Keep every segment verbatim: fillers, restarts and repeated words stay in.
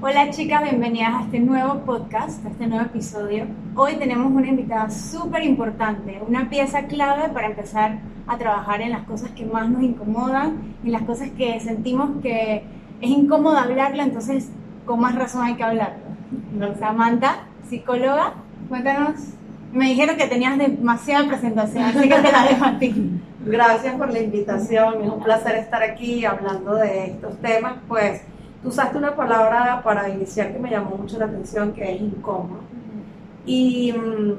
Hola chicas, bienvenidas a este nuevo podcast, a este nuevo episodio. Hoy tenemos una invitada súper importante, una pieza clave para empezar a trabajar en las cosas que más nos incomodan, en las cosas que sentimos que es incómodo hablarlo, entonces con más razón hay que hablarlo. Samantha, psicóloga, cuéntanos. Me dijeron que tenías demasiada presentación, así que te la dejo a ti. Gracias por la invitación, es un placer estar aquí hablando de estos temas. Pues tú usaste una palabra para iniciar que me llamó mucho la atención, que es incómodo. Y mm,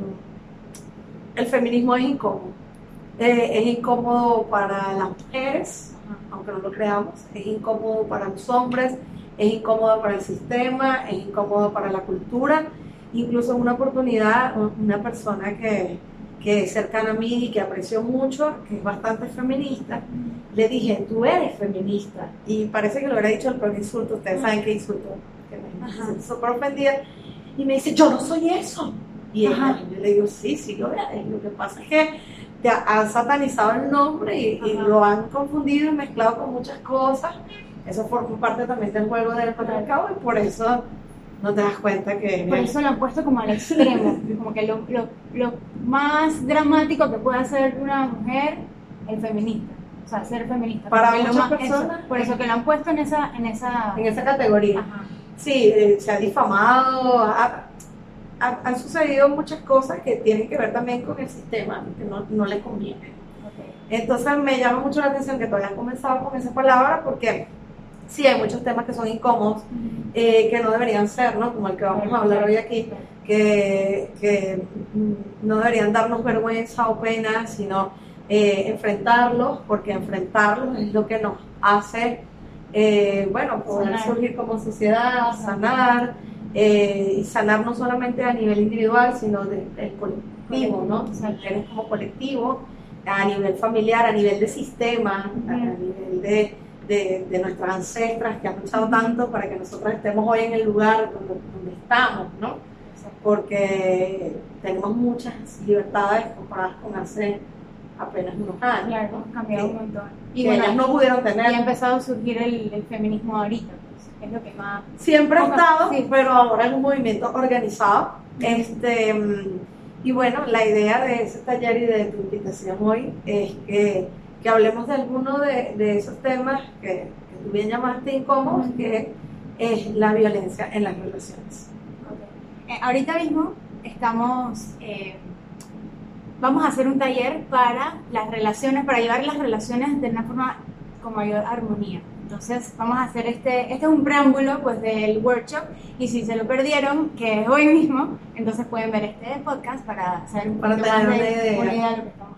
el feminismo es incómodo. Eh, es incómodo para las mujeres, aunque no lo creamos, es incómodo para los hombres, es incómodo para el sistema, es incómodo para la cultura. Incluso en una oportunidad, una persona que, que es cercana a mí y que aprecio mucho, que es bastante feminista, le dije, tú eres feminista. Y parece que lo hubiera dicho el peor insulto. Ustedes saben qué insulto, que me siento súper ofendida. Y me dice, yo no soy eso. Y ella, yo le digo, sí, sí lo eres. Lo que pasa es que te han satanizado el nombre y, y lo han confundido y mezclado con muchas cosas. Eso forma parte también del juego del patriarcado y por eso no te das cuenta que... Por eso lo han puesto como al extremo, como que lo, lo, lo más dramático que puede hacer una mujer es feminista, o sea, ser feminista. Para Porque muchas lo más, personas... Eso, por eso que lo han puesto en esa... En esa, en esa categoría. Ajá. Sí, eh, se ha difamado, ha, ha, han sucedido muchas cosas que tienen que ver también con el sistema, que no, no le conviene. Okay. Entonces me llama mucho la atención que todavía han comenzado con esa palabra porque... sí, hay muchos temas que son incómodos, eh, que no deberían ser, ¿no? Como el que vamos a hablar hoy aquí, que, que no deberían darnos vergüenza o pena, sino eh, enfrentarlos, porque enfrentarlos es lo que nos hace, eh, bueno, poder sanar. Surgir como sociedad, sanar, eh, y sanar no solamente a nivel individual, sino del de, de colectivo, ¿no? O sea, eres como colectivo, a nivel familiar, a nivel de sistema, uh-huh. a nivel de... De, de nuestras ancestras que han luchado tanto para que nosotros estemos hoy en el lugar donde, donde estamos, ¿no? Porque tenemos muchas libertades comparadas con hace apenas unos años. Claro, hemos cambiado un montón. Y que bueno, ellas no pudieron tener. Y ha empezado a surgir el, el feminismo ahorita, pues, es lo que más... Siempre ha estado, sí. Pero ahora es un movimiento organizado. Uh-huh. Este, y bueno, la idea de ese taller y de tu invitación hoy es que que hablemos de alguno de, de esos temas que, que tú bien llamaste incómodos, que es la violencia en las relaciones. Okay. Eh, ahorita mismo estamos, eh, vamos a hacer un taller para las relaciones, para llevar las relaciones de una forma con mayor armonía. Entonces vamos a hacer este, este es un preámbulo pues del workshop y si se lo perdieron, que es hoy mismo, entonces pueden ver este podcast para saber un para poquito más una de, idea. una idea de lo que estamos.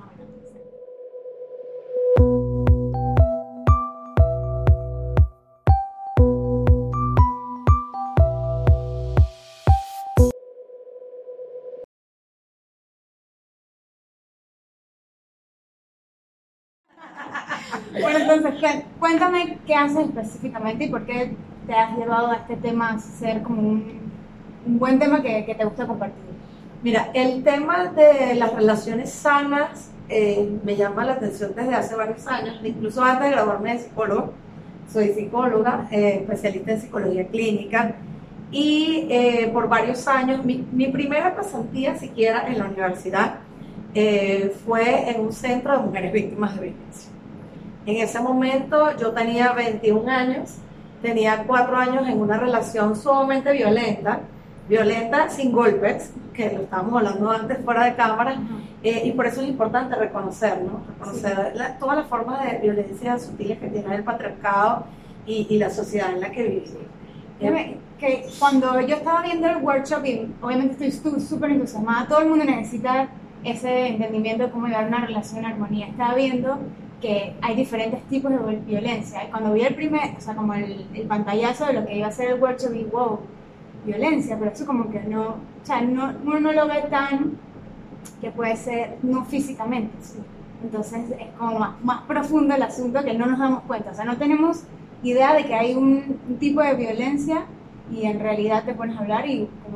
Bueno, entonces, cuéntame qué haces específicamente y por qué te has llevado a este tema a ser como un, un buen tema que, que te gusta compartir. Mira, el tema de las relaciones sanas eh, me llama la atención desde hace varios años, incluso antes de graduarme de psicólogo. Soy psicóloga, eh, especialista en psicología clínica y eh, por varios años, mi, mi primera pasantía siquiera en la universidad eh, fue en un centro de mujeres víctimas de violencia. En ese momento yo tenía veintiún años, tenía cuatro años en una relación sumamente violenta, violenta sin golpes, que lo estábamos hablando antes fuera de cámara, uh-huh. eh, y por eso es importante reconocer, ¿no? Reconocer sí. la, todas las formas de violencia sutiles que tiene el patriarcado y, y la sociedad en la que vivimos. Eh, que cuando yo estaba viendo el workshop, y obviamente estoy súper entusiasmada, todo el mundo necesita ese entendimiento de cómo llevar una relación en armonía. Estaba viendo que hay diferentes tipos de violencia. Y cuando vi el primer, o sea, como el, el pantallazo de lo que iba a ser el workshop, vi, wow, violencia, pero eso como que no, o sea, no, uno no lo ve tan, que puede ser, no físicamente, ¿sí? Entonces es como más, más profundo el asunto que no nos damos cuenta, o sea, no tenemos idea de que hay un, un tipo de violencia y en realidad te pones a hablar y como, o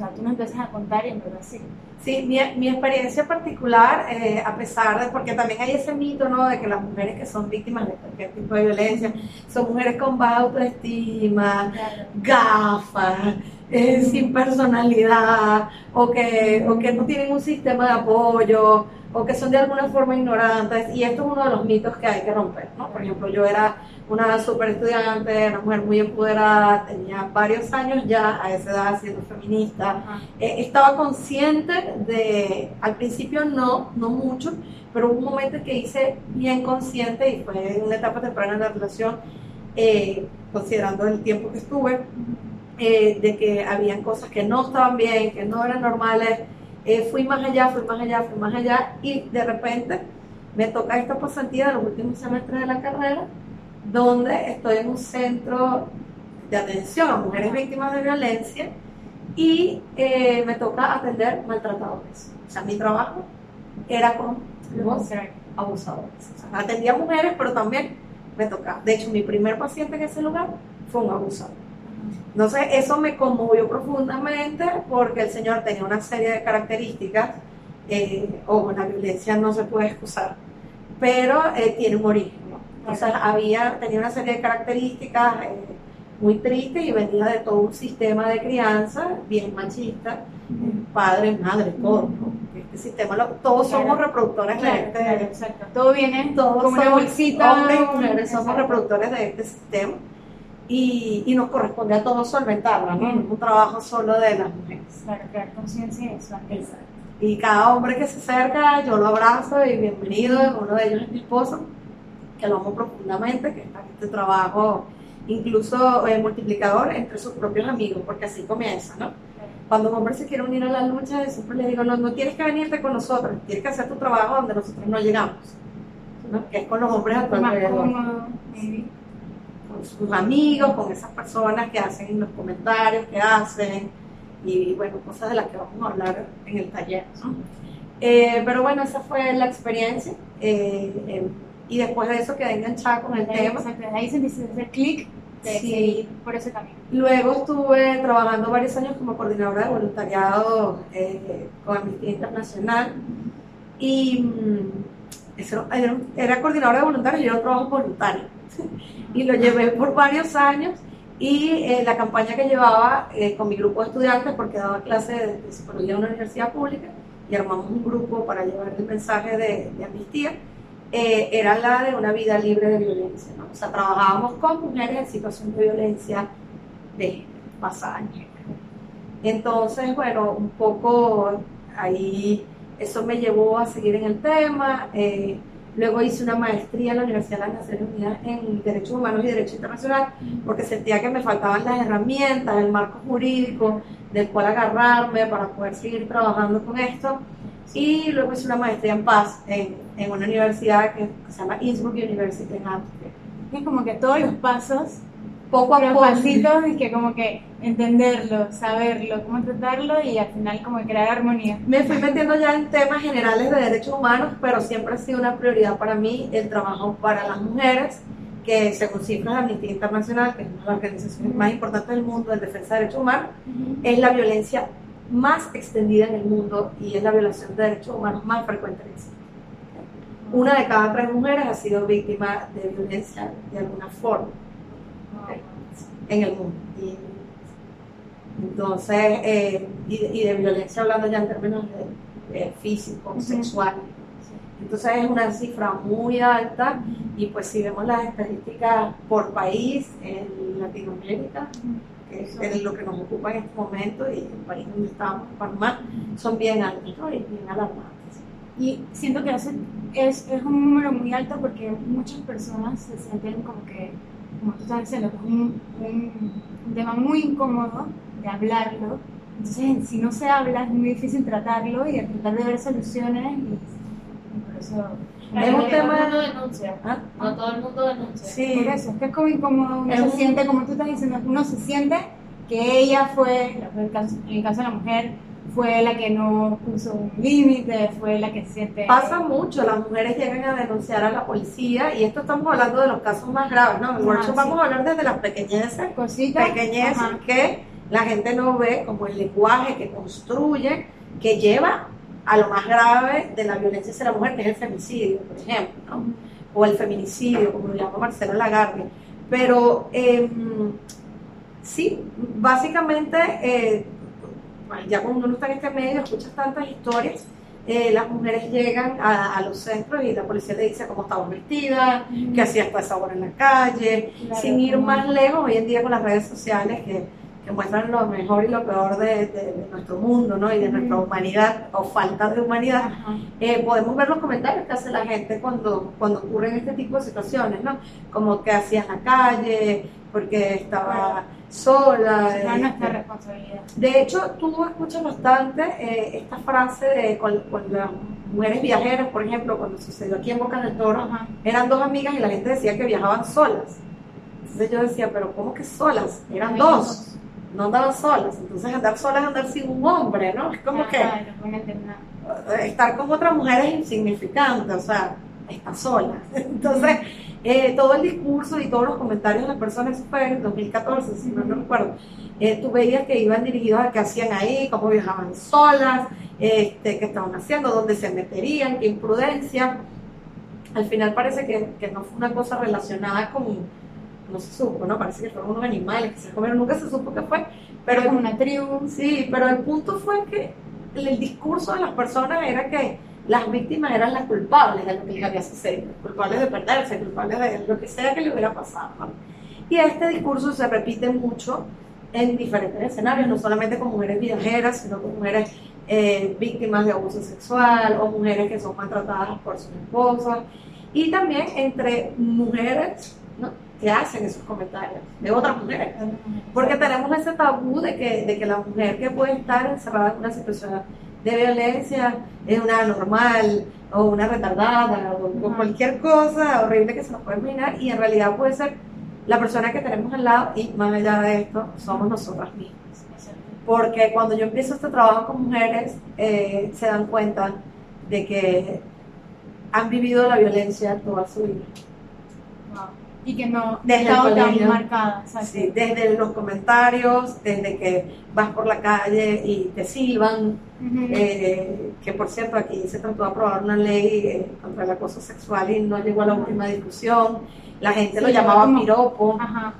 sea, tú nos empiezas a contar y en verdad sí. Sí, mi, mi experiencia particular, eh, a pesar de, porque también hay ese mito, ¿no?, de que las mujeres que son víctimas de cualquier tipo de violencia son mujeres con baja autoestima, Claro. gafas, eh, sin personalidad, o que, o que no tienen un sistema de apoyo, o que son de alguna forma ignorantes, y esto es uno de los mitos que hay que romper, ¿no? Por ejemplo, yo era una super estudiante, una mujer muy empoderada, tenía varios años ya a esa edad siendo feminista, eh, estaba consciente de, al principio no, no mucho, pero hubo un momento en que hice bien consciente, y fue en una etapa temprana de la relación, eh, considerando el tiempo que estuve, eh, de que habían cosas que no estaban bien, que no eran normales. Eh, fui más allá, fui más allá, fui más allá, y de repente me toca esta pasantía de los últimos semestres de la carrera, donde estoy en un centro de atención a mujeres víctimas de violencia, y eh, me toca atender maltratadores. O sea, mi trabajo era con los abusadores. O sea, atendía mujeres, pero también me tocaba. De hecho, mi primer paciente en ese lugar fue un abusador. Entonces, eso me conmovió profundamente, porque el señor tenía una serie de características. Eh, o la violencia no se puede excusar, pero eh, tiene un origen, ¿no? Entonces, había, tenía una serie de características eh, muy tristes, y venía de todo un sistema de crianza bien machista, mm. padre, madre, todo, ¿no? Este sistema, lo, todos claro. somos reproductores claro, de este. Claro, exacto. Todo viene todos como una bolsita. Hombres y mujeres somos reproductores de este sistema. Y, y nos corresponde a todos solventarla, ¿no? No es un trabajo solo de las mujeres. Claro, crear conciencia y eso. Exacto. Y cada hombre que se acerca, yo lo abrazo y bienvenido. Uno de ellos es mi esposo, que lo amo profundamente, que está en este trabajo, incluso eh, multiplicador entre sus propios amigos, porque así comienza, ¿no? Cuando un hombre se quiere unir a la lucha, siempre le digo, no, no tienes que venirte con nosotros, tienes que hacer tu trabajo donde nosotros no llegamos, ¿no? Que es con los hombres a tu alrededor. Con sus amigos, con esas personas que hacen los comentarios que hacen, y bueno, cosas de las que vamos a hablar en el taller, ¿no? Eh, pero bueno, esa fue la experiencia, eh, eh, y después de eso quedé enganchada con el ahí, tema. Exacto, ahí se dice ese clic de sí. seguir por ese camino. Luego estuve trabajando varios años como coordinadora de voluntariado eh, con Amnistía Internacional, y mm, eso, era, era coordinadora de voluntarios y yo trabajo voluntario, y lo llevé por varios años. Y eh, la campaña que llevaba eh, con mi grupo de estudiantes, porque daba clase de, de psicología en una universidad pública, y armamos un grupo para llevar el mensaje de, de amnistía, eh, era la de una vida libre de violencia, ¿no? O sea, trabajábamos con mujeres en situación de violencia de género, basada en género. Entonces, bueno, un poco ahí eso me llevó a seguir en el tema. Eh, Luego hice una maestría en la Universidad de las Naciones Unidas en Derechos Humanos y Derecho Internacional, porque sentía que me faltaban las herramientas, el marco jurídico del cual agarrarme para poder seguir trabajando con esto. Y luego hice una maestría en paz en, en una universidad que se llama Innsbruck University en Ámsterdam. Es como que todos los pasos, poco a los poco, pasitos, y que como que entenderlo, saberlo, cómo tratarlo, y al final como crear armonía. Me fui metiendo ya en temas generales de derechos humanos, pero siempre ha sido una prioridad para mí el trabajo para las mujeres, que según cifras de Amnistía Internacional, que es una de las organizaciones más importantes del mundo en defensa de derechos humanos, uh-huh. es la violencia más extendida en el mundo, y es la violación de derechos humanos más frecuente en el mundo. Una de cada tres mujeres ha sido víctima de violencia de alguna forma en el mundo. Y, entonces, eh, y, de, y de violencia hablando ya en términos de, de físico, uh-huh. sexual. Entonces es una cifra muy alta, y pues si vemos las estadísticas por país en Latinoamérica, que es lo que nos ocupa en este momento, y el país donde estamos, Panamá, son bien altos, ¿no? Y bien alarmantes. Y siento que es, es, es un número muy alto, porque muchas personas se sienten como que, como tú estás diciendo, que es un, un, un tema muy incómodo de hablarlo. Entonces, si no se habla, es muy difícil tratarlo y tratar de ver soluciones. Y, y por eso. Es un tema. No todo el mundo denuncia. ¿Ah? No todo el mundo denuncia. Sí. Por eso, es que es como incómodo. Uno es se un... siente, como tú estás diciendo, uno se siente que ella fue, en el caso, en el caso de la mujer, fue la que no puso un límite, fue la que se siente... Pasa mucho, las mujeres llegan a denunciar a la policía, y esto estamos hablando de los casos más graves, ¿no? En el workshop vamos a hablar desde las pequeñeces, Cositas, pequeñeces que la gente no ve como el lenguaje que construye, que lleva a lo más grave de la violencia hacia la mujer, que es el femicidio, por ejemplo, ¿no? O el feminicidio, como lo llama Marcelo Lagarde. Pero eh, sí, básicamente, eh, ya cuando uno está en este medio, escuchas tantas historias. Eh, las mujeres llegan a, a los centros y la policía le dice cómo estaba vestida, mm. qué hacía hasta esa hora en la calle, claro, sin ir más lejos. Hoy en día con las redes sociales que, que muestran lo mejor y lo peor de, de, de nuestro mundo, ¿no? Y de mm. nuestra humanidad o falta de humanidad, eh, podemos ver los comentarios que hace la gente cuando, cuando ocurren este tipo de situaciones, ¿no? Como que hacía en la calle, porque estaba claro. sola. Es nuestra responsabilidad. De hecho, tú escuchas bastante eh, esta frase de con, con las mujeres viajeras, por ejemplo, cuando sucedió aquí en Bocas del Toro, Ajá. eran dos amigas y la gente decía que viajaban solas. Entonces yo decía, pero ¿cómo que solas? Eran dos, no andaban solas. Entonces andar solas es andar sin un hombre, ¿no? Es como que estar con otra mujer es insignificante, o sea, está sola. Entonces, eh, todo el discurso y todos los comentarios de las personas, eso fue en dos mil catorce, si no, no recuerdo, eh, tú veías que iban dirigidos a qué hacían ahí, cómo viajaban solas, este, qué estaban haciendo, dónde se meterían, qué imprudencia. Al final parece que, que no fue una cosa relacionada con, no se supo, ¿no? Parece que fueron unos animales que se comieron, nunca se supo qué fue. Pero como una tribu. Sí, pero el punto fue que el discurso de las personas era que las víctimas eran las culpables de lo que les había sucedido, culpables de perderse, culpables de lo que sea que le hubiera pasado, ¿no? Y este discurso se repite mucho en diferentes escenarios, no solamente con mujeres viajeras, sino con mujeres eh, víctimas de abuso sexual o mujeres que son maltratadas por sus esposas, y también entre mujeres, ¿no?, que hacen esos comentarios de otras mujeres, porque tenemos ese tabú de que, de que la mujer que puede estar encerrada en una situación de violencia es una anormal o una retardada o, o cualquier cosa horrible que se nos puede imaginar, y en realidad puede ser la persona que tenemos al lado, y más allá de esto somos nosotras mismas, porque cuando yo empiezo este trabajo con mujeres eh, se dan cuenta de que han vivido la violencia toda su vida. Wow. Y que no desde estaba tan marcada. Sí, desde los comentarios, desde que vas por la calle y te silban, uh-huh. eh, que por cierto aquí se trató de aprobar una ley eh, contra el acoso sexual y no llegó a la uh-huh. última discusión. La gente sí, lo llamaba como piropo. Uh-huh.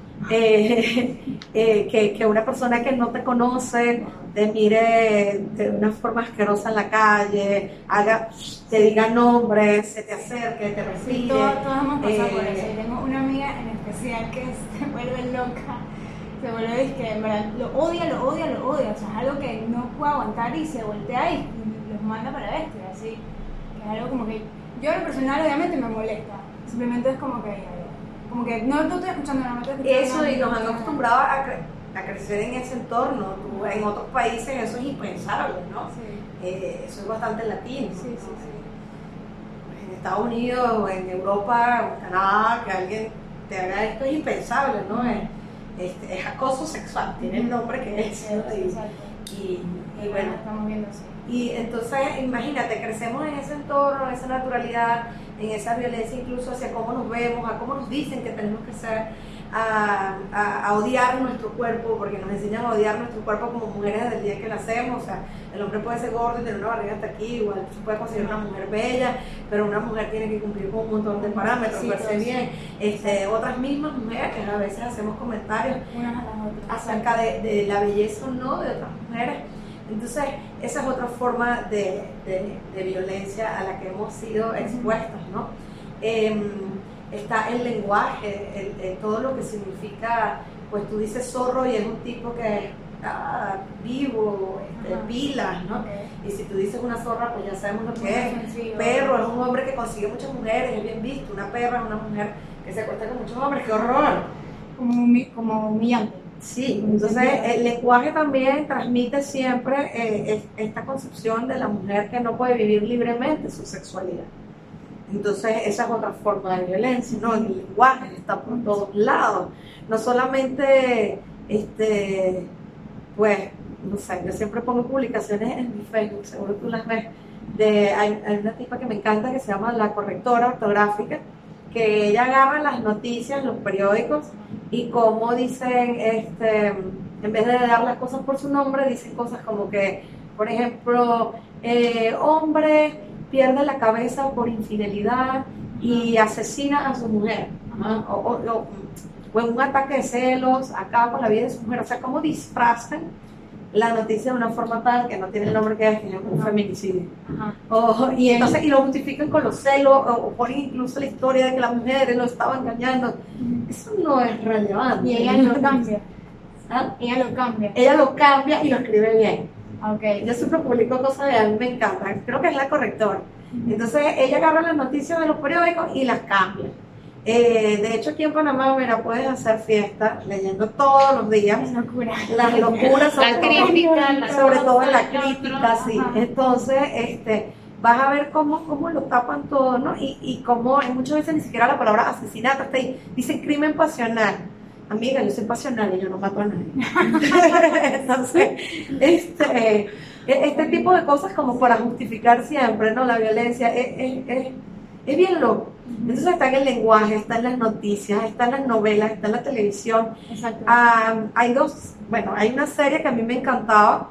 Eh, eh, que, que una persona que no te conoce te mire de una forma asquerosa en la calle, haga, te diga nombres, se te acerque, te respire. Sí, todos, todos hemos pasado eh, por eso. Yo tengo una amiga en especial que se vuelve loca, se vuelve, es que en verdad lo odia, lo odia, lo odia, o sea, es algo que no puede aguantar y se voltea y los manda para la bestia, así, que es algo como que yo en lo personal obviamente me molesta, simplemente es como que como que no, no estoy escuchando, no estoy escuchando. Eso, y nos han acostumbrado a, cre- a crecer en ese entorno. Tú, en otros países eso es impensable, ¿no? Sí. Eh, eso es bastante latino. Sí, ¿no? sí, sí. En Estados Unidos o en Europa o en Canadá, que alguien te haga esto es impensable, ¿no? Es, es, es acoso sexual, tiene el nombre que es. Sí, y, y, y bueno, estamos viendo así. Y entonces, imagínate, crecemos en ese entorno, en esa naturalidad, en esa violencia, incluso hacia cómo nos vemos, a cómo nos dicen que tenemos que ser, a, a, a odiar nuestro cuerpo, porque nos enseñan a odiar nuestro cuerpo como mujeres desde el día que nacemos. O sea, el hombre puede ser gordo y tener una barriga hasta aquí, igual se puede conseguir una mujer bella, pero una mujer tiene que cumplir con un montón de parámetros, sí, verse bien. Este, otras mismas mujeres, a veces hacemos comentarios acerca de, de la belleza o no de otras mujeres. Entonces, esa es otra forma de, de, de violencia a la que hemos sido expuestos, ¿no? Eh, está el lenguaje, el, el, todo lo que significa, pues tú dices zorro y es un tipo que está vivo, este, pilas, ¿no? Okay. Y si tú dices una zorra, pues ya sabemos lo que muy es. Sencillo. Perro es un hombre que consigue muchas mujeres, es bien visto. Una perra es una mujer que se acuesta con muchos hombres, ¡qué horror! Como, como humillante. Sí, entonces el lenguaje también transmite siempre eh, esta concepción de la mujer que no puede vivir libremente su sexualidad. Entonces esa es otra forma de violencia, ¿no? El lenguaje está por todos lados. No solamente, este, pues, no sé, yo siempre pongo publicaciones en mi Facebook, seguro tú las ves, de, hay, hay una tipa que me encanta que se llama La Correctora Ortográfica, que ella agarra las noticias, los periódicos, y cómo dicen, este, en vez de dar las cosas por su nombre, dicen cosas como que, por ejemplo, eh, hombre pierde la cabeza por infidelidad y asesina a su mujer, ¿no? o, o, o, o en un ataque de celos acaba con la vida de su mujer. O sea, cómo disfrazan la noticia de una forma tal que no tiene el nombre que es, sino como un feminicidio. O, y entonces y lo justifican con los celos, o, o ponen incluso la historia de que la mujer lo estaba engañando. Eso no es relevante. Y ella lo cambia. ¿Ah? Ella lo cambia. Ella lo cambia y lo escribe bien. Okay. Yo siempre publico cosas que a mí me encantan. Creo que es la correctora. Entonces ella agarra las noticias de los periódicos y las cambia. Eh, de hecho, aquí en Panamá, mira, puedes hacer fiesta leyendo todos los días locura. las locuras, sobre, la todo, crítica, la sobre todo en la cosa, crítica, sí. Ajá. Entonces, este, vas a ver cómo, cómo lo tapan todo, ¿no? Y, y cómo muchas veces ni siquiera la palabra asesinato está ahí. Dicen crimen pasional. Amiga, yo soy pasional y yo no mato a nadie. Entonces, este, este tipo de cosas como para justificar siempre, ¿no? La violencia es, es, es, es bien loco. Entonces está en el lenguaje, está en las noticias, está en las novelas, está en la televisión. Exacto. Um, hay dos, bueno, hay una serie que a mí me encantaba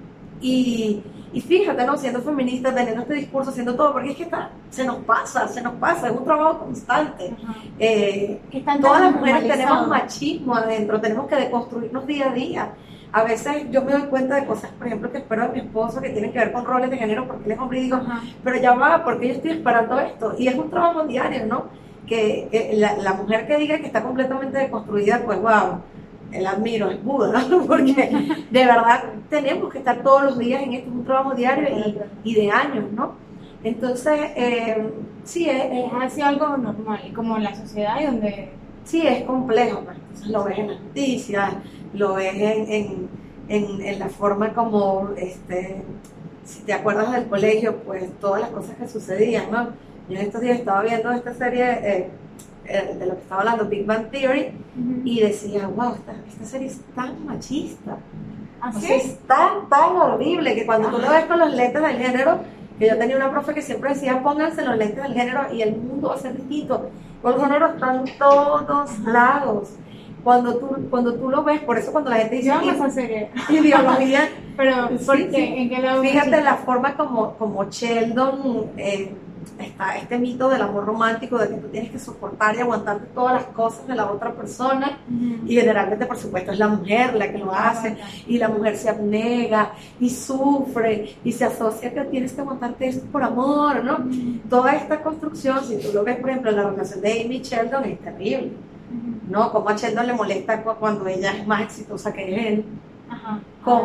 y, y fíjate, ¿no? Siendo feminista, teniendo este discurso, haciendo todo, porque es que está, se nos pasa, se nos pasa, es un trabajo constante. Eh, todas las mujeres tenemos machismo adentro, tenemos que deconstruirnos día a día. A veces yo me doy cuenta de cosas, por ejemplo, que espero de mi esposo, que tienen que ver con roles de género, porque él es hombre, y digo, Ajá. pero ya va, porque yo estoy esperando esto. Y es un trabajo diario, ¿no? Que, que la, la mujer que diga que está completamente deconstruida, pues wow, la admiro, es Buda, porque de verdad tenemos que estar todos los días en esto, es un trabajo diario y, y de años, ¿no? Entonces, eh, sí, es, es, ha sido algo normal, como en la sociedad y donde... Sí, es complejo, pues. Entonces lo ves en las noticias, lo ves en, en, en, en la forma como, este, si te acuerdas del colegio, pues todas las cosas que sucedían, ¿no? Yo en estos días estaba viendo esta serie eh, eh, de lo que estaba hablando, Big Bang Theory, uh-huh. y decía, wow, esta, esta serie es tan machista. ¿Ah, sí? O sea, es tan, tan horrible que cuando tú lo ves con los lentes del género, que yo tenía una profe que siempre decía, pónganse los lentes del género y el mundo va a ser distinto. El género está en todos lados. Cuando tú, cuando tú lo ves, por eso cuando la gente dice esa serie. Ideología, pero ¿por sí, qué? sí. ¿En qué lado? Fíjate la forma como, como Sheldon eh, está este mito del amor romántico, de que tú tienes que soportar y aguantarte todas las cosas de la otra persona, uh-huh. y generalmente por supuesto es la mujer la que lo hace, y la mujer se abnega y sufre y se asocia que tienes que aguantarte esto por amor, ¿no? Uh-huh. Toda esta construcción, si tú lo ves por ejemplo en la relación de Amy y Sheldon, es terrible, uh-huh. ¿no? Como a Sheldon le molesta cuando ella es más exitosa que él. Ajá.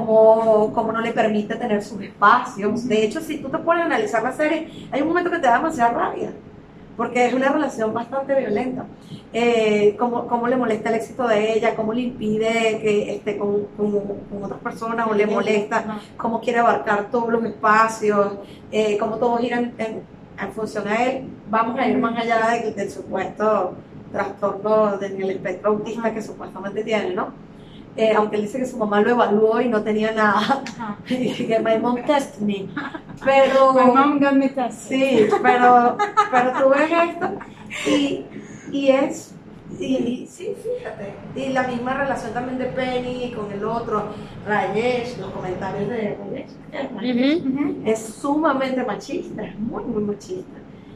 Como, como no le permite tener sus espacios. De hecho, si tú te pones a analizar la serie, hay un momento que te da demasiada rabia, porque es una relación bastante violenta. Eh, cómo, cómo le molesta el éxito de ella, cómo le impide que esté con, con, con otras personas, o le molesta, ajá. cómo quiere abarcar todos los espacios, eh, cómo todo gira en, en, en función a él. Vamos a ir más allá del, del supuesto trastorno en el espectro autista, ajá. que supuestamente tiene, ¿no? Eh, aunque él dice que su mamá lo evaluó y no tenía nada, y que my mom tested me, pero my mom got me tested. Sí, pero, pero tú ves esto y, y es y sí, fíjate, y la misma relación también de Penny con el otro Rajesh, los comentarios de Rajesh, uh-huh. es sumamente machista, es muy muy machista.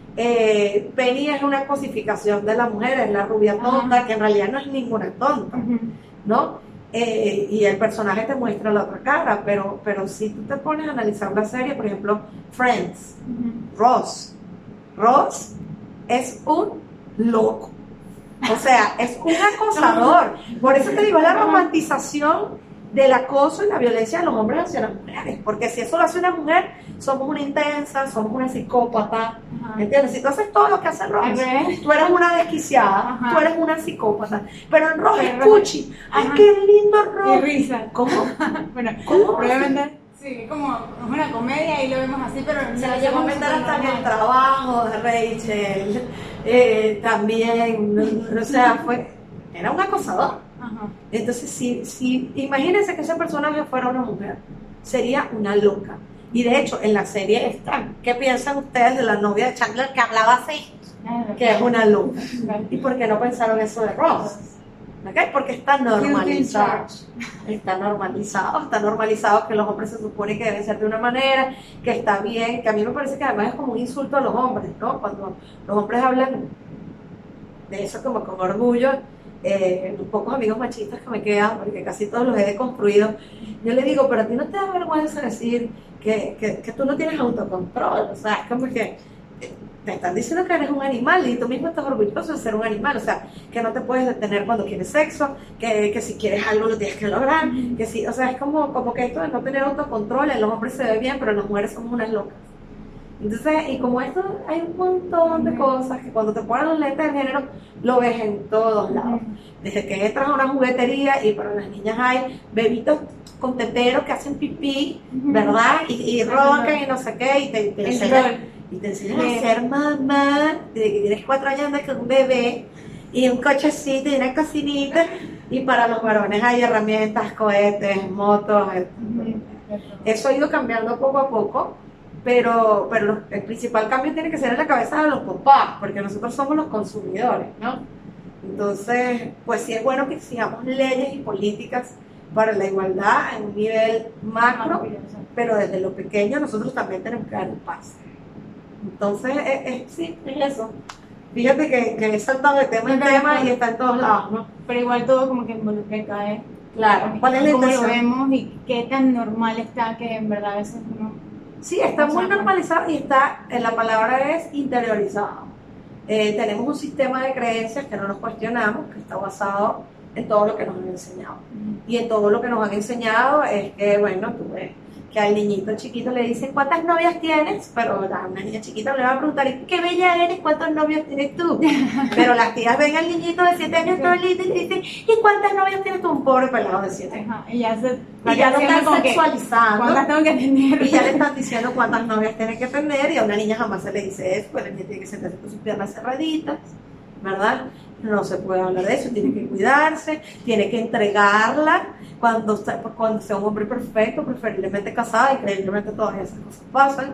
Eh, Penny es una cosificación de la mujer, es la rubia tonta, uh-huh. que en realidad no es ninguna tonta, uh-huh. ¿no? Eh, y el personaje te muestra la otra cara, pero, pero si tú te pones a analizar la serie, por ejemplo, Friends, uh-huh. Ross, Ross es un loco, o sea, es un acosador. Por eso te digo, es la romantización del acoso y la violencia de los hombres hacia las mujeres, porque si eso lo hace una mujer, somos una intensa, somos una psicópata, uh-huh. ¿entiendes? Si tú haces todo lo que hace Ross, okay. tú eres una desquiciada, uh-huh. tú eres una psicópata, pero en Ross es cuchi, ay, uh-huh. qué lindo Ross. Y risa. ¿Cómo? Bueno, ¿cómo? Probablemente, sí, como es una comedia y lo vemos así, pero... Se lo llevó a meter hasta en el trabajo de Rachel, eh, también, o sea, fue, era un acosador. Ajá. Entonces, si, si imagínense que ese personaje fuera una mujer, sería una loca. Y de hecho, en la serie está. ¿Qué piensan ustedes de la novia de Chandler que hablaba así? Claro, que claro. es una loca. Claro. ¿Y por qué no pensaron eso de Ross? ¿Okay? Porque está normalizado, está normalizado, está normalizado que los hombres se supone que deben ser de una manera, que está bien, que a mí me parece que además es como un insulto a los hombres, ¿no? Cuando los hombres hablan de eso como con orgullo, eh, los pocos amigos machistas que me quedan, porque casi todos los he deconstruido, yo le digo, pero a ti no te da vergüenza decir que, que, que tú no tienes autocontrol, o sea, es como que te están diciendo que eres un animal y tú mismo estás orgulloso de ser un animal, o sea, que no te puedes detener cuando quieres sexo, que, que si quieres algo lo tienes que lograr, que si, o sea, es como, como que esto de no tener autocontrol, en los hombres se ve bien, pero en las mujeres somos unas locas. Entonces, y como esto, hay un montón de cosas que cuando te ponen los lentes de género, lo ves en todos lados. Desde que entras a una juguetería y para las niñas hay bebitos con teteros que hacen pipí, ¿verdad? Y, y roncan y no sé qué, y te, te enseñan, y te enseñan a ser mamá, desde que tienes cuatro años andas con un bebé, y un cochecito y una cocinita, y para los varones hay herramientas, cohetes, motos. Eso ha ido cambiando poco a poco. Pero, pero el principal cambio tiene que ser en la cabeza de los papás, porque nosotros somos los consumidores, ¿no? Entonces, pues sí es bueno que exijamos leyes y políticas para la igualdad en un nivel macro, pero desde lo pequeño nosotros también tenemos que dar un paso. Entonces, es, es, sí, es eso. Fíjate que, que he saltado de tema en tema y está en todos lados, ¿no? Pero igual todo como que involucra y cae. Claro, ¿cuál es la cómo lo intención? vemos y qué tan normal está que en verdad a veces uno... Sí, está muy normalizado y está, la palabra es interiorizado. Eh, tenemos un sistema de creencias que no nos cuestionamos, que está basado en todo lo que nos han enseñado. Y en todo lo que nos han enseñado es que, bueno, tú ves que al niñito chiquito le dicen ¿cuántas novias tienes? Pero a una niña chiquita le va a preguntar ¿qué bella eres? ¿Cuántos novios tienes tú? Pero las tías ven al niñito de siete años todo lindo y le dicen ¿y cuántas novias tienes tú? Un pobre pelado de siete años. Y ya, se, y ya lo están sexualizando. ¿Cuántas tengo que tener? Y ya le están diciendo cuántas novias tiene que tener y a una niña jamás se le dice eso, pues la niña tiene que sentarse con sus piernas cerraditas, ¿verdad? No se puede hablar de eso, tiene que cuidarse, tiene que entregarla cuando, cuando sea un hombre perfecto, preferiblemente casada, increíblemente todas esas cosas pasan.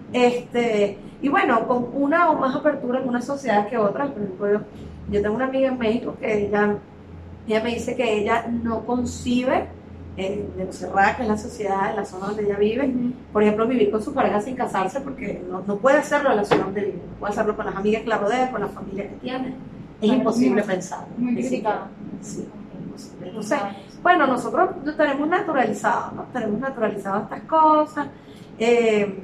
Este, y bueno, con una o más apertura en una sociedad que otras, por ejemplo, yo, yo tengo una amiga en México que ella, ella me dice que ella no concibe, eh, de lo cerrada que es la sociedad, en la zona donde ella vive, uh-huh. por ejemplo, vivir con su pareja sin casarse porque no, no puede hacerlo en la zona donde vive, no puede hacerlo con las amigas que la rodean, con la familia que tiene. Es imposible muy, pensar. Muy criticado. Sí, imposible. Entonces, bueno, nosotros lo tenemos naturalizado, ¿no? Tenemos naturalizado estas cosas. Eh,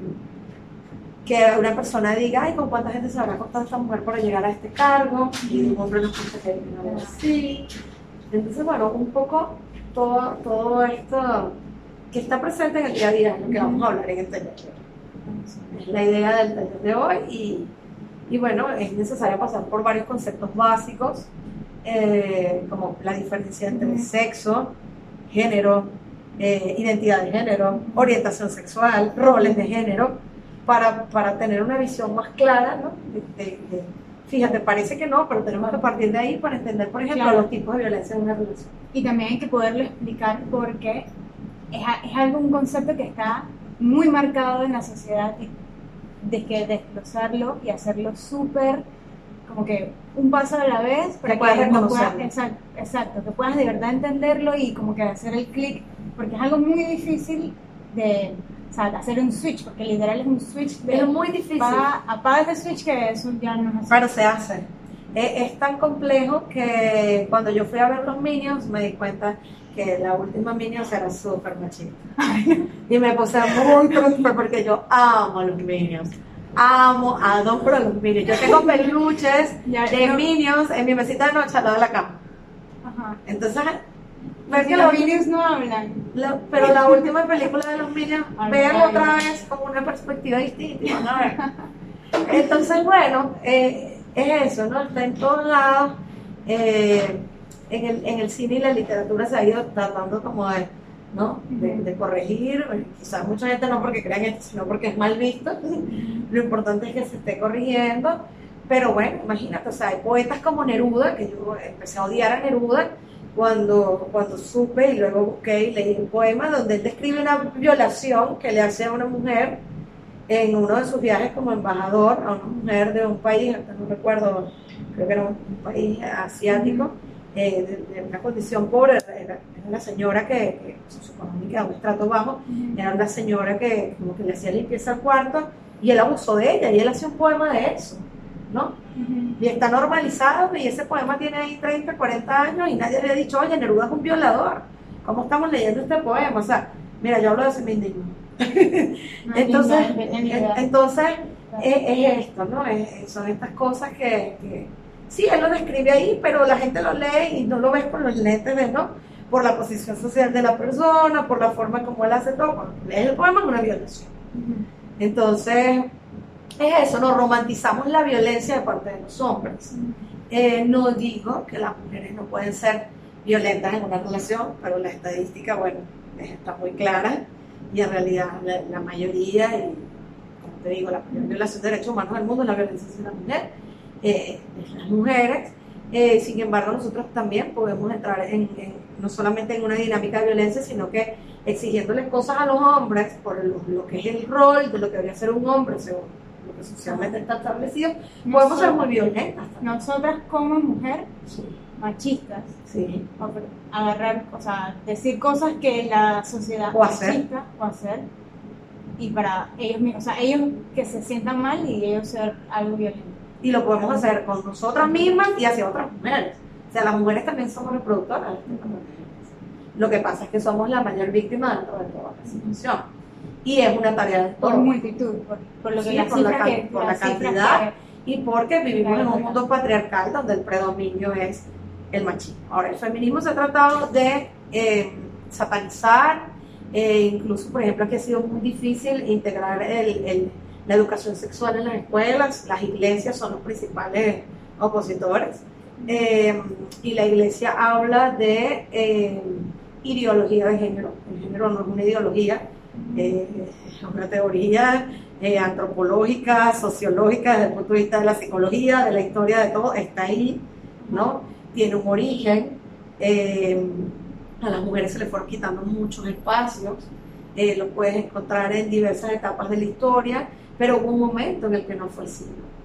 que una persona diga, ay, ¿con cuánta gente se habrá costado esta mujer para llegar a este cargo? Y un hombre no puede que no es así. Entonces, bueno, un poco todo, todo esto que está presente en el día a día es lo que vamos a hablar en el taller. Es la idea del taller de hoy y Y bueno, es necesario pasar por varios conceptos básicos, eh, como la diferencia entre sexo, género, eh, identidad de género, orientación sexual, roles de género, para, para tener una visión más clara, ¿no? De, de, de, fíjate, parece que no, pero tenemos que partir de ahí para entender, por ejemplo, claro. los tipos de violencia en una relación. Y también hay que poderlo explicar porque es, es algo, un concepto que está muy marcado en la sociedad y de que desglosarlo y hacerlo súper como que un paso a la vez para que, que no puedas, exacto, exacto, que puedas de verdad entenderlo y como que hacer el clic, porque es algo muy difícil de, o sea, de hacer un switch, porque literal es un switch de es muy difícil apaga, apaga ese switch que eso ya no es así. Pero se hace, es, es tan complejo que cuando yo fui a ver los Minions me di cuenta que la última Minions era súper machista. Y me puse muy triste porque yo amo a los Minions. Amo, adoro a los Minions. Yo tengo peluches ya, de no. Minions en mi mesita de noche al lado de la cama. Ajá. Entonces, ver que los Minions no hablan. La, pero la última película de los Minions, véanlo otra vez con una perspectiva distinta. ¿No? Entonces, bueno, eh, es eso, ¿no? Está en todos lados. Eh, En el, en el cine y la literatura se ha ido tratando como de, ¿no? de, de corregir, quizás mucha gente no porque crean esto, sino porque es mal visto, lo importante es que se esté corrigiendo, pero bueno, imagínate, o sea, hay poetas como Neruda, que yo empecé a odiar a Neruda cuando, cuando supe y luego busqué y leí un poema donde él describe una violación que le hace a una mujer en uno de sus viajes como embajador a una mujer de un país, no recuerdo, creo que era un país asiático, eh, de, de una condición pobre, era, era una señora que, que socioeconómica, de un estrato bajo, era una señora que como que le hacía limpieza al cuarto y él abusó de ella y él hacía un poema de eso, ¿no? Uh-huh. Y está normalizado y ese poema tiene ahí treinta, cuarenta años y nadie le ha dicho, oye, Neruda es un violador, ¿cómo estamos leyendo este poema? O sea, mira, yo hablo de ese me indigno. entonces, entonces es, es esto, ¿no? Es, son estas cosas que, que sí, él lo describe ahí, pero la gente lo lee y no lo ves por los lentes de, ¿no? Por la posición social de la persona, por la forma como él hace todo. Cuando lees el poema es una violación. Uh-huh. Entonces, es eso, nos romantizamos la violencia de parte de los hombres. Uh-huh. Eh, no digo que las mujeres no pueden ser violentas en una relación, pero la estadística, bueno, está muy clara y en realidad la, la mayoría, y como te digo, la mayor violación de derechos humanos del mundo es la violencia hacia la mujer, eh, es las mujeres. Eh, sin embargo, nosotros también podemos entrar en, en, no solamente en una dinámica de violencia, sino que exigiéndoles cosas a los hombres por lo, lo que es el rol de lo que debería ser un hombre, según lo que socialmente está establecido, nosotros, podemos ser muy violentas. Nosotras como mujer, sí. machistas, sí. agarrar, o sea, decir cosas que la sociedad o hacer. machista o hacer, y para ellos mismos, o sea, ellos que se sientan mal y ellos ser algo violento. Y lo podemos hacer con nosotras mismas y hacia otras mujeres. O sea, las mujeres también somos reproductoras. Lo que pasa es que somos la mayor víctima dentro de toda la situación. Y es una tarea de por multitud, por, por lo que sí, la por la, que, por la, la cantidad que, y porque vivimos claro, en un mundo patriarcal donde el predominio es el machismo. Ahora, el feminismo se ha tratado de eh, satanizar, eh, incluso, por ejemplo, aquí ha sido muy difícil integrar el, el la educación sexual en las escuelas. Las iglesias son los principales opositores, eh, y la iglesia habla de eh, ideología de género. El género no es una ideología, eh, es una teoría eh, antropológica, sociológica, desde el punto de vista de la psicología, de la historia, de todo, está ahí, ¿no? Tiene un origen, eh, a las mujeres se les fueron quitando muchos espacios, eh, lo puedes encontrar en diversas etapas de la historia, pero hubo un momento en el que no fue así.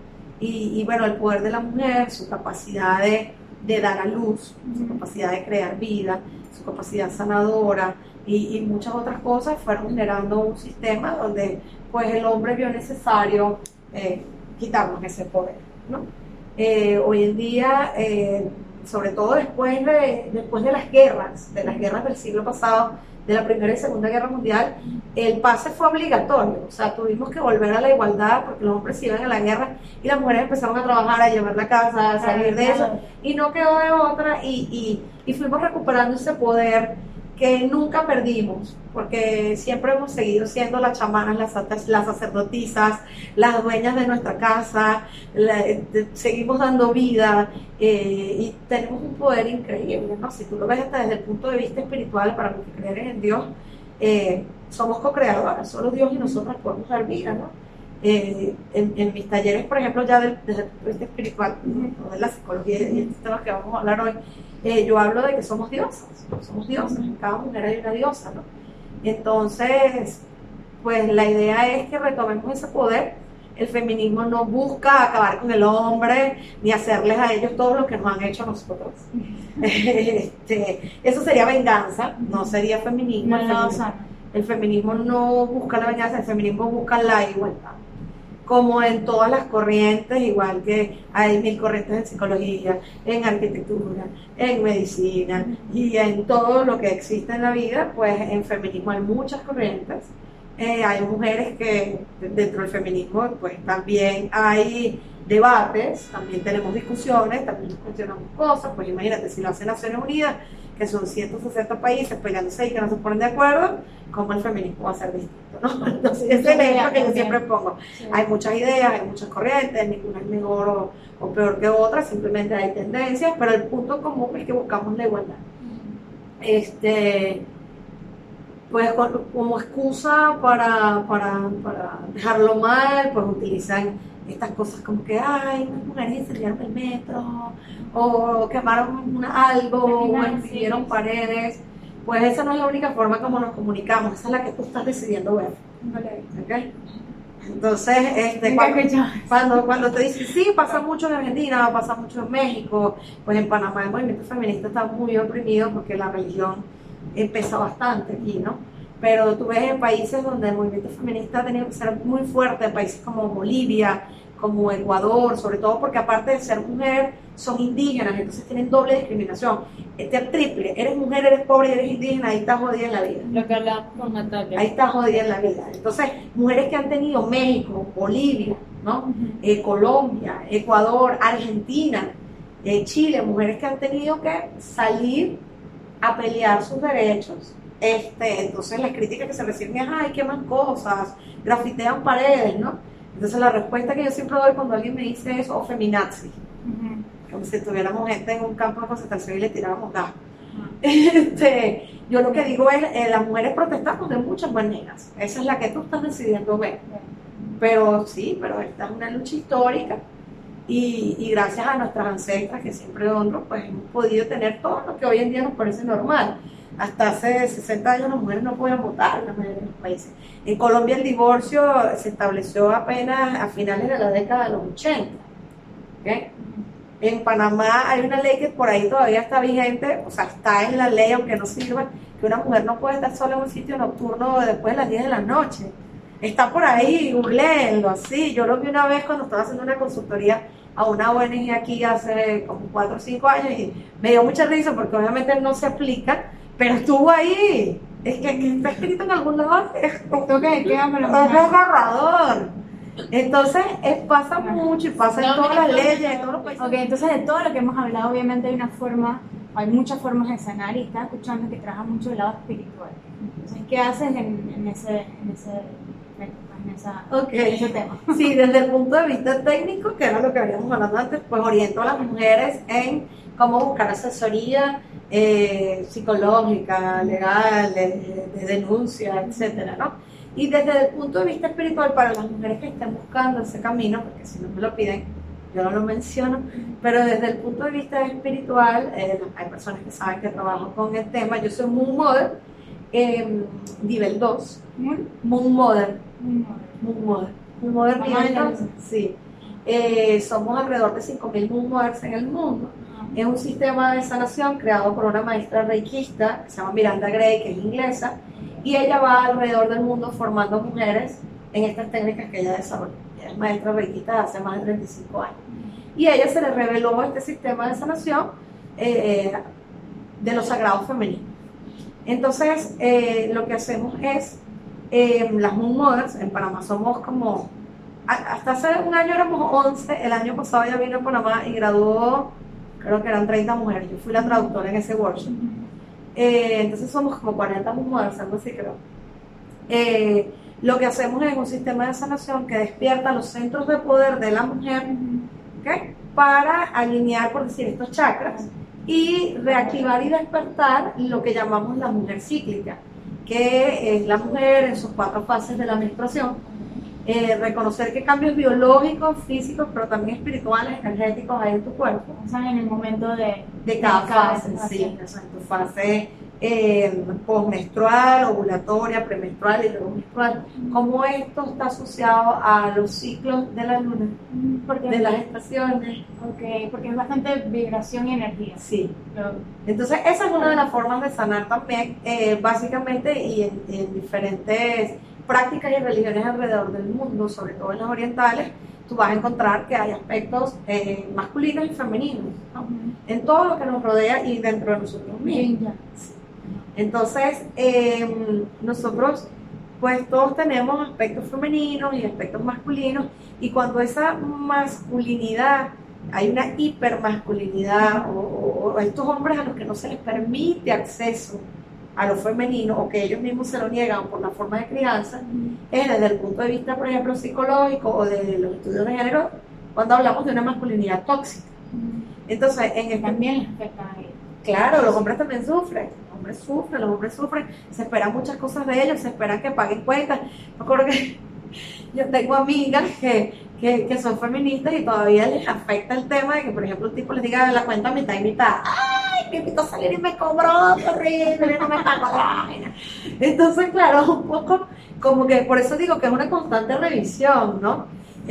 Y, y bueno, el poder de la mujer, su capacidad de, de dar a luz, su capacidad de crear vida, su capacidad sanadora y, y muchas otras cosas fueron generando un sistema donde pues el hombre vio necesario eh, quitarnos ese poder, ¿no? Eh, hoy en día, eh, sobre todo después de, después de las guerras, de las guerras del siglo pasado, de la Primera y Segunda Guerra Mundial, el pase fue obligatorio, o sea, tuvimos que volver a la igualdad porque los hombres iban a la guerra y las mujeres empezaron a trabajar, a llevar la casa, a salir de eso, y no quedó de otra, y, y, y fuimos recuperando ese poder que nunca perdimos, porque siempre hemos seguido siendo las chamanas, las, las sacerdotisas, las dueñas de nuestra casa, la, de, seguimos dando vida, eh, y tenemos un poder increíble, ¿no? Si tú lo ves hasta desde el punto de vista espiritual, para los que creen en Dios, eh, somos co-creadoras, solo Dios y nosotras podemos dar vida, ¿no? Eh, en, en mis talleres, por ejemplo, ya de, desde el punto de vista espiritual, no de la psicología y estos temas que vamos a hablar hoy, eh, yo hablo de que somos diosas, somos diosas, en cada mujer hay una diosa, ¿no? Entonces, pues la idea es que retomemos ese poder. El feminismo no busca acabar con el hombre ni hacerles a ellos todo lo que nos han hecho a nosotros. este, eso sería venganza, no sería feminismo. No, el, no, feminismo el feminismo no busca la venganza, el feminismo busca la igualdad. Como en todas las corrientes, igual que hay mil corrientes en psicología, en arquitectura, en medicina y en todo lo que existe en la vida, pues en feminismo hay muchas corrientes. Eh, hay mujeres que dentro del feminismo pues también hay debates, también tenemos discusiones, también nos cuestionamos cosas. Pues imagínate, si lo hace Naciones Unidas, que son ciento sesenta países peleándose y que no se ponen de acuerdo, ¿cómo el feminismo va a ser distinto, ¿no? Entonces ese es el ejemplo que yo siempre pongo. Sí. Hay muchas ideas, hay muchas corrientes, ninguna es mejor o, o peor que otra, simplemente hay tendencias, pero el punto común es que buscamos la igualdad. Este, pues como excusa para, para, para dejarlo mal, pues utilizan estas cosas como que, ay, unas mujeres incendiaron el metro, o quemaron una, algo, o escribieron paredes. Pues esa no es la única forma como nos comunicamos, esa es la que tú estás decidiendo ver. Vale. ¿Okay? Entonces, este, Nunca he cuando, escuchado. cuando, cuando te dicen, sí, pasa mucho en Argentina, pasa mucho en México, pues en Panamá el movimiento feminista está muy oprimido porque la religión eh, pesa bastante aquí, ¿no? Pero tú ves en países donde el movimiento feminista ha tenido que ser muy fuerte, países como Bolivia, como Ecuador, sobre todo porque aparte de ser mujer, son indígenas, entonces tienen doble discriminación. Este triple, eres mujer, eres pobre y eres indígena, ahí estás jodida en la vida. Lo que hablamos con Natalia. Ahí estás jodida en la vida. Entonces, mujeres que han tenido México, Bolivia, ¿no? Eh, Colombia, Ecuador, Argentina, eh, Chile, mujeres que han tenido que salir a pelear sus derechos. Este, entonces las críticas que se reciben es, ay, qué más cosas, grafitean paredes, ¿no? Entonces la respuesta que yo siempre doy cuando alguien me dice eso, o feminazi, uh-huh. como si tuviéramos gente en un campo de concentración y le tiráramos gas. Uh-huh. Este, yo lo que digo es, eh, las mujeres protestamos de muchas maneras, esa es la que tú estás decidiendo ver, uh-huh. pero sí, pero esta es una lucha histórica y, y gracias a nuestras ancestras que siempre honro, pues hemos podido tener todo lo que hoy en día nos parece normal. Hasta hace sesenta años las mujeres no podían votar en la mayoría de los países. En Colombia el divorcio se estableció apenas a finales de la década de los ochenta. ¿Okay? En Panamá hay una ley que por ahí todavía está vigente, o sea, está en la ley aunque no sirva, que una mujer no puede estar sola en un sitio nocturno después de las diez de la noche. Está por ahí, googleenlo, así. Yo lo vi una vez cuando estaba haciendo una consultoría a una O N G aquí hace como cuatro o cinco años y me dio mucha risa porque obviamente no se aplica. Pero estuvo ahí, es que, que está escrito en algún lado, es agarrador. Entonces, es, pasa mucho y pasa en todas las leyes, en todos los países. Ok, entonces de todo lo que hemos hablado, obviamente hay una forma, hay muchas formas de sanar y estás escuchando que trabaja mucho el lado espiritual. Entonces, ¿qué haces en, en ese, en ese, en esa, okay. en ese tema? Sí, desde el punto de vista técnico, que era lo que habíamos hablado antes, pues oriento a las mujeres en cómo buscar asesoría eh, psicológica, legal, de, de denuncia, etcétera, ¿no? Y desde el punto de vista espiritual, para las mujeres que estén buscando ese camino, porque si no me lo piden, yo no lo menciono, pero desde el punto de vista espiritual, eh, hay personas que saben que trabajo con el tema. Yo soy Moon Mother, eh, nivel dos, ¿Moon? Moon Mother, Moon Mother, Moon Mother nivel dos, sí. Eh, somos alrededor de cinco mil Moon Mothers en el mundo. Es un sistema de sanación creado por una maestra reikista que se llama Miranda Gray, que es inglesa, y ella va alrededor del mundo formando mujeres en estas técnicas que ella desarrolló. Ella es maestra reikista hace más de treinta y cinco años. Y a ella se le reveló este sistema de sanación eh, de los sagrados femeninos. Entonces, eh, lo que hacemos es, eh, las Moon Mothers, en Panamá somos como, hasta hace un año éramos once, el año pasado ella vino a Panamá y graduó, creo que eran treinta mujeres, yo fui la traductora en ese workshop. Eh, entonces somos como cuarenta mujeres, algo así creo. Eh, lo que hacemos es un sistema de sanación que despierta los centros de poder de la mujer, ¿okay? Para alinear, por decir, estos chakras y reactivar y despertar lo que llamamos la mujer cíclica, que es la mujer en sus cuatro fases de la menstruación. Eh, reconocer qué cambios biológicos, físicos, pero también espirituales, energéticos hay en tu cuerpo. O sea, en el momento de, de cada, de cada fase, fase. Sí, o sea, en tu fase eh, postmenstrual, ovulatoria, premenstrual y luego menstrual. Cómo esto está asociado a los ciclos de la luna, porque de las estaciones. Okay, porque es bastante vibración y energía. Sí. Entonces, esa es una de las formas de sanar también, eh, básicamente, y en, en diferentes prácticas y religiones alrededor del mundo, sobre todo en las orientales, tú vas a encontrar que hay aspectos eh, masculinos y femeninos, ¿no? Uh-huh. En todo lo que nos rodea y dentro de nosotros mismos. Sí. Entonces, eh, nosotros pues todos tenemos aspectos femeninos y aspectos masculinos, y cuando esa masculinidad, hay una hipermasculinidad, o, o, o estos hombres a los que no se les permite acceso a lo femenino, o que ellos mismos se lo niegan por la forma de crianza, mm. es desde el punto de vista, por ejemplo, psicológico o de los estudios de género, cuando hablamos de una masculinidad tóxica. Mm. Entonces, en este, también les afecta a ellos. Claro, los hombres también sufren, los hombres sufren, los hombres sufren, se esperan muchas cosas de ellos, se esperan que paguen cuentas. Me acuerdo que yo tengo amigas que, que, que son feministas y todavía les afecta el tema de que, por ejemplo, un tipo les diga la cuenta mitad y mitad. ¡Ay, me invitó a salir y me cobró, horrible, no me pagó la vaina. Entonces, claro, un poco como que, por eso digo que es una constante revisión, ¿no?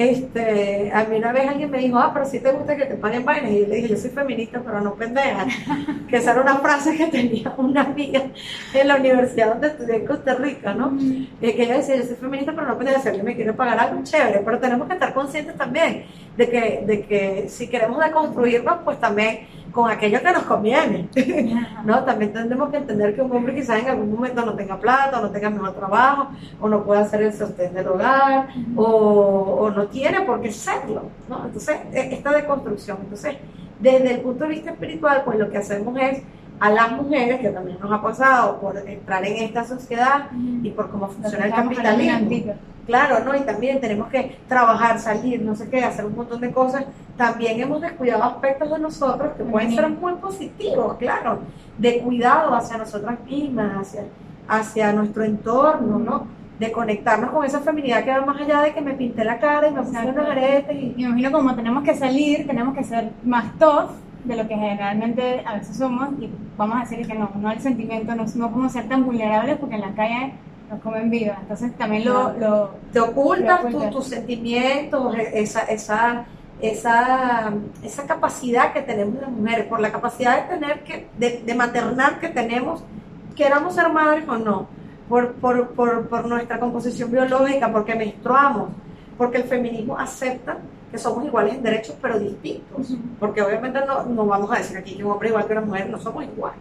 Este, a mí una vez alguien me dijo, ah, pero si te gusta que te paguen vainas, y yo le dije, yo soy feminista, pero no pendeja, que esa era una frase que tenía una amiga en la universidad donde estudié en Costa Rica, ¿no? Y que ella decía, yo soy feminista, pero no pendeja, si alguien me quiere pagar algo chévere, pero tenemos que estar conscientes también de que, de que si queremos deconstruirnos, pues también con aquello que nos conviene, ¿no? También tenemos que entender que un hombre quizás en algún momento no tenga plata, o no tenga mejor trabajo, o no pueda hacer el sostén del hogar, o, o no tiene por qué serlo, ¿no? Entonces, esta deconstrucción. Entonces, desde el punto de vista espiritual, pues lo que hacemos es a las mujeres, que también nos ha pasado por entrar en esta sociedad y por cómo funciona el capitalismo. Claro, ¿no? Y también tenemos que trabajar, salir, no sé qué, hacer un montón de cosas. También hemos descuidado aspectos de nosotros que pueden ser muy positivos, claro, de cuidado hacia nosotras mismas, hacia, hacia nuestro entorno, ¿no? De conectarnos con esa feminidad que va más allá de que me pinté la cara y me puse unos aretes. Y... Me imagino como tenemos que salir, tenemos que ser más tough de lo que generalmente a veces somos, y vamos a decir que no, no el sentimiento, no, no podemos ser tan vulnerables porque en la calle nos comen vivas, entonces también lo... lo te ocultas lo tus tu sentimientos, esa, esa, esa, esa capacidad que tenemos las mujeres, por la capacidad de tener que, de, de maternar que tenemos, queramos ser madres o no, por, por, por, por nuestra composición biológica, porque menstruamos, porque el feminismo acepta que somos iguales en derechos pero distintos, uh-huh. Porque obviamente no, no vamos a decir aquí que un hombre igual que una mujer, no somos iguales,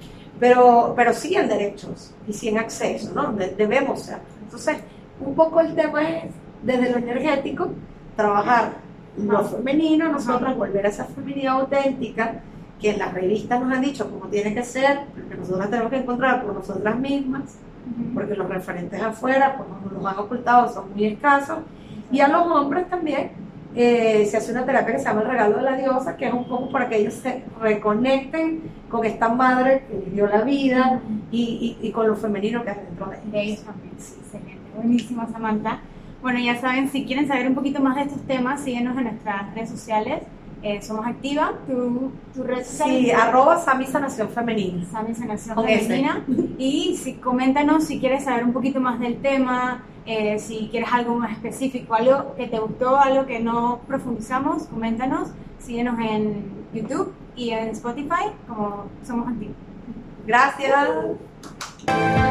pero, pero sí en derechos y sí en acceso, ¿no? De, debemos ser. Entonces, un poco el tema es, desde lo energético, trabajar uh-huh. Lo femenino, nosotros uh-huh. Volver a esa feminidad auténtica que en las revistas nos han dicho cómo tiene que ser, que nosotras tenemos que encontrar por nosotras mismas, uh-huh. Porque los referentes afuera pues nos los han ocultado, son muy escasos, uh-huh. Y a los hombres también. Eh, se hace una terapia que se llama el regalo de la diosa, que es un poco para que ellos se reconecten con esta madre que les dio la vida y, y, y con lo femenino que hay dentro de ellos. De ellos también, sí, excelente. Buenísimo, Samantha. Bueno, ya saben, si quieren saber un poquito más de estos temas, síguenos en nuestras redes sociales. Eh, somos activa, tu, tu red social. Sí, arroba Sami Sanación Femenina. Sami Sanación Femenina. Y si, coméntanos si quieres saber un poquito más del tema, eh, si quieres algo más específico, algo que te gustó, algo que no profundizamos, coméntanos. Síguenos en YouTube y en Spotify como Somos Activos. Gracias.